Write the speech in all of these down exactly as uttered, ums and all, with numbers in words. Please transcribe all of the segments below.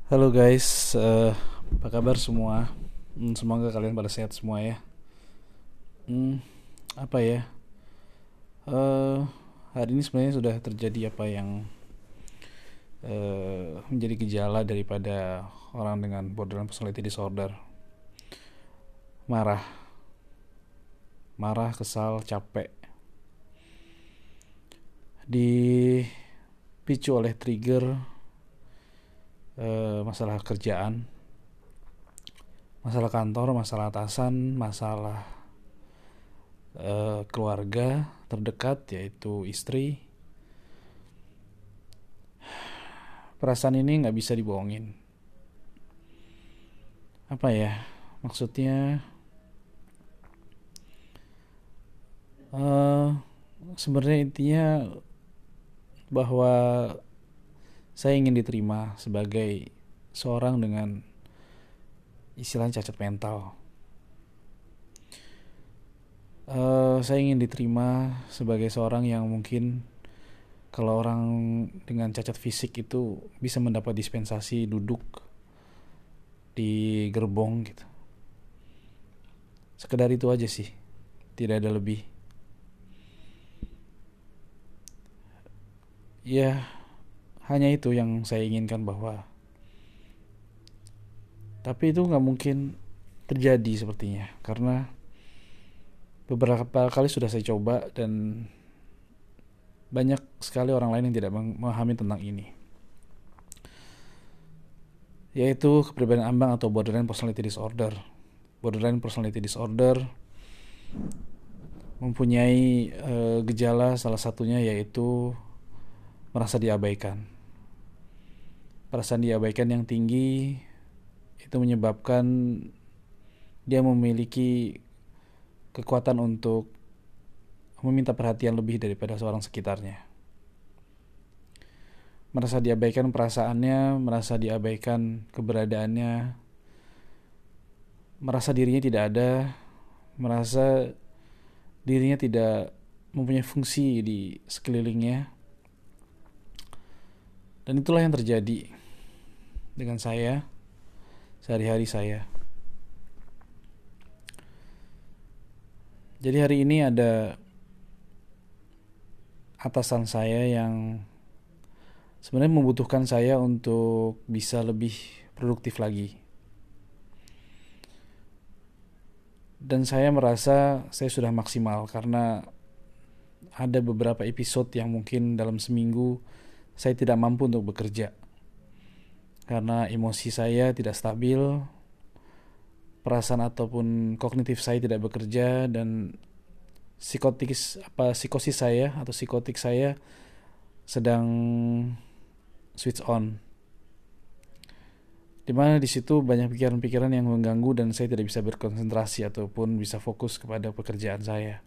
Halo guys, eh, apa kabar semua? Hmm, semoga kalian pada sehat semua ya. Hmm, apa ya? Eh, Hari ini sebenarnya sudah terjadi apa yang eh, menjadi gejala daripada orang dengan borderline personality disorder. Marah, marah, kesal, capek. Dipicu oleh trigger eh, masalah kerjaan, masalah kantor, masalah atasan, masalah eh, keluarga terdekat yaitu istri. Perasaan ini nggak bisa dibohongin. Apa ya? Maksudnya eh sebenarnya intinya bahwa saya ingin diterima sebagai seorang dengan istilah cacat mental. Eh saya ingin diterima sebagai seorang yang mungkin kalau orang dengan cacat fisik itu bisa mendapat dispensasi duduk di gerbong gitu. Sekedar itu aja sih, tidak ada lebih. Ya, hanya itu yang saya inginkan bahwa tapi itu nggak mungkin terjadi sepertinya karena beberapa kali sudah saya coba dan banyak sekali orang lain yang tidak memahami tentang ini, yaitu kepribadian ambang atau borderline personality disorder. Borderline personality disorder mempunyai e, gejala salah satunya yaitu merasa diabaikan. Perasaan diabaikan yang tinggi itu menyebabkan dia memiliki kekuatan untuk meminta perhatian lebih daripada seorang sekitarnya. Merasa diabaikan perasaannya, merasa diabaikan keberadaannya, merasa dirinya tidak ada, merasa dirinya tidak mempunyai fungsi di sekelilingnya. Dan itulah yang terjadi dengan saya sehari-hari saya. Jadi hari ini ada atasan saya yang sebenarnya membutuhkan saya untuk bisa lebih produktif lagi. Dan saya merasa saya sudah maksimal karena ada beberapa episode yang mungkin dalam seminggu saya tidak mampu untuk bekerja. Karena emosi saya tidak stabil, perasaan ataupun kognitif saya tidak bekerja, dan psikotis apa psikosis saya atau psikotik saya sedang switch on, dimana di situ banyak pikiran-pikiran yang mengganggu dan saya tidak bisa berkonsentrasi ataupun bisa fokus kepada pekerjaan saya.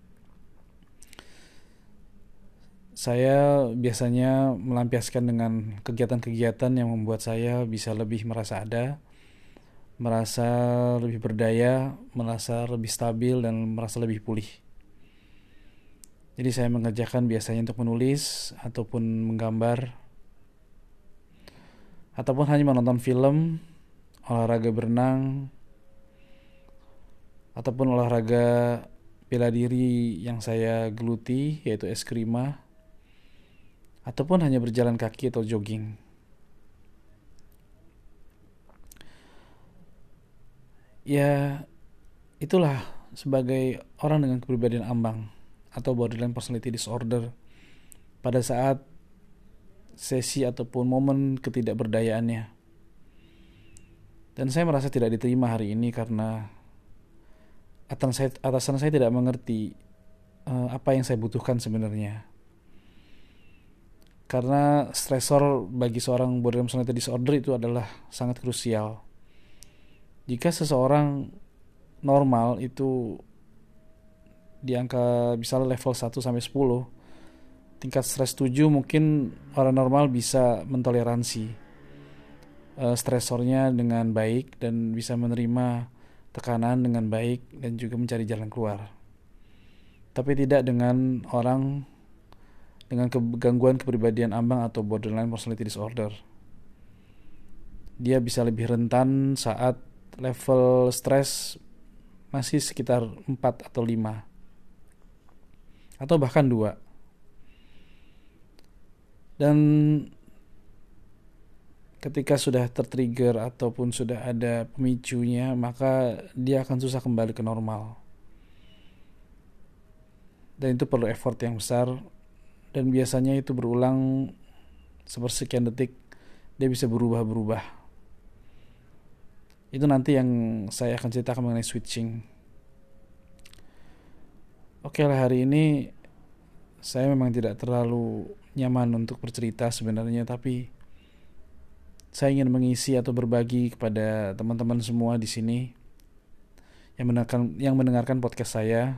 Saya biasanya melampiaskan dengan kegiatan-kegiatan yang membuat saya bisa lebih merasa ada, merasa lebih berdaya, merasa lebih stabil, dan merasa lebih pulih. Jadi saya mengerjakan biasanya untuk menulis ataupun menggambar, ataupun hanya menonton film, olahraga berenang, ataupun olahraga bela diri yang saya geluti yaitu eskrima, ataupun hanya berjalan kaki atau jogging. Ya, itulah sebagai orang dengan kepribadian ambang atau borderline personality disorder pada saat sesi ataupun momen ketidakberdayaannya. Dan saya merasa tidak diterima hari ini karena atasan saya, atasan saya tidak mengerti uh, apa yang saya butuhkan sebenarnya. Karena stresor bagi seorang borderline personality disorder itu adalah sangat krusial. Jika seseorang normal itu di angka misalnya level satu sampai sepuluh, tingkat stres tujuh mungkin orang normal bisa mentoleransi uh, stresornya dengan baik dan bisa menerima tekanan dengan baik dan juga mencari jalan keluar. Tapi tidak dengan orang dengan gangguan kepribadian ambang atau borderline personality disorder. dia bisa lebih rentan saat level stres masih sekitar empat atau lima atau bahkan dua. Dan ketika sudah tertrigger ataupun sudah ada pemicunya, maka dia akan susah kembali ke normal. Dan itu perlu effort yang besar, dan biasanya itu berulang sepersekian detik dia bisa berubah-berubah. Itu nanti yang saya akan ceritakan mengenai switching. Oke lah, hari ini saya memang tidak terlalu nyaman untuk bercerita sebenarnya, tapi saya ingin mengisi atau berbagi kepada teman-teman semua di sini yang mendengarkan yang mendengarkan podcast saya,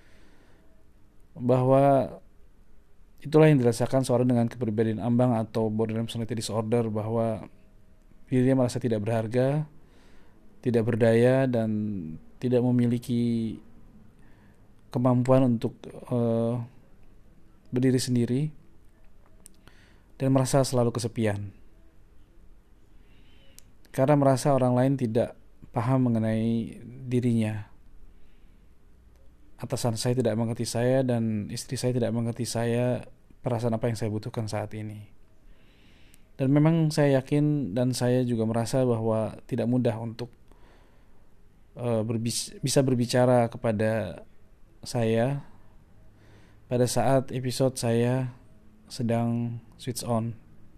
bahwa itulah yang dirasakan seorang dengan kepribadian ambang atau borderline personality disorder, bahwa dirinya merasa tidak berharga, tidak berdaya, dan tidak memiliki kemampuan untuk uh, berdiri sendiri, dan merasa selalu kesepian karena merasa orang lain tidak paham mengenai dirinya. Atasan saya tidak mengerti saya, dan istri saya tidak mengerti saya perasaan apa yang saya butuhkan saat ini. Dan memang saya yakin dan saya juga merasa bahwa tidak mudah untuk uh, berbis- bisa berbicara kepada saya pada saat episode saya sedang switch on.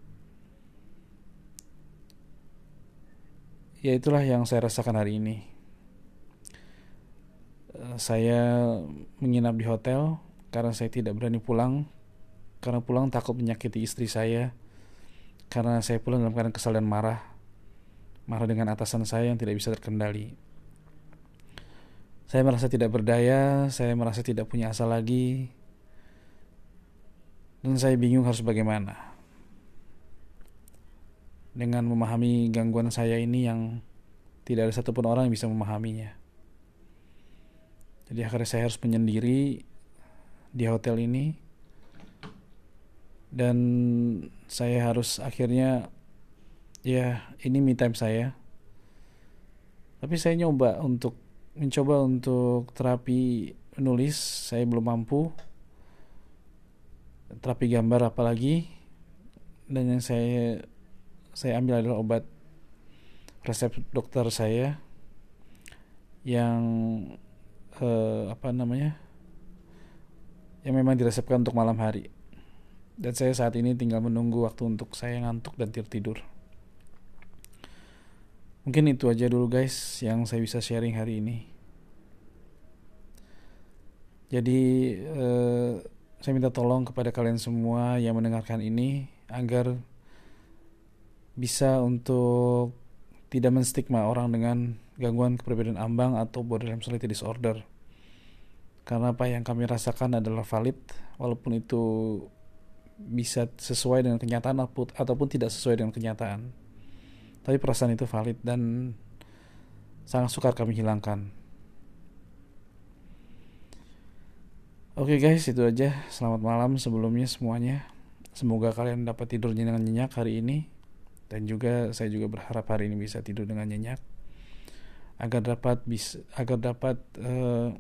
Ya, itulah yang saya rasakan hari ini. Uh, saya menginap di hotel karena saya tidak berani pulang. Karena pulang takut menyakiti istri saya. Karena saya pulang dalam keadaan kesal dan marah. Marah dengan atasan saya yang tidak bisa terkendali. Saya merasa tidak berdaya, saya merasa tidak punya asa lagi. Dan saya bingung harus bagaimana dengan memahami gangguan saya ini yang tidak ada satupun orang yang bisa memahaminya. Jadi akhirnya saya harus menyendiri di hotel ini, dan saya harus akhirnya, ya ini me time saya. Tapi saya nyoba untuk mencoba untuk terapi menulis, saya belum mampu. Terapi gambar apalagi. Dan yang saya saya ambil adalah obat resep dokter saya yang eh, apa namanya yang memang diresepkan untuk malam hari. Dan saya saat ini tinggal menunggu waktu untuk saya ngantuk dan tidur. Mungkin itu aja dulu guys yang saya bisa sharing hari ini. Jadi eh, saya minta tolong kepada kalian semua yang mendengarkan ini agar bisa untuk tidak menstigma orang dengan gangguan kepribadian ambang atau borderline personality disorder. Karena apa yang kami rasakan adalah valid, walaupun itu bisa sesuai dengan kenyataan ataupun tidak sesuai dengan kenyataan. Tapi perasaan itu valid dan sangat sukar kami hilangkan. Oke guys, itu aja. Selamat malam sebelumnya semuanya. Semoga kalian dapat tidur dengan nyenyak hari ini. Dan juga saya juga berharap hari ini bisa tidur dengan nyenyak, agar dapat bis, agar dapat uh,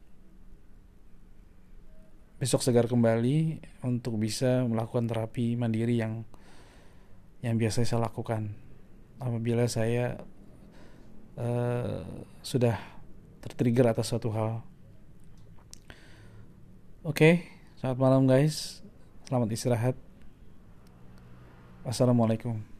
besok segar kembali untuk bisa melakukan terapi mandiri yang yang biasa saya lakukan apabila saya uh, sudah tertrigger atas suatu hal. Oke, selamat malam guys. Selamat istirahat. Wassalamualaikum.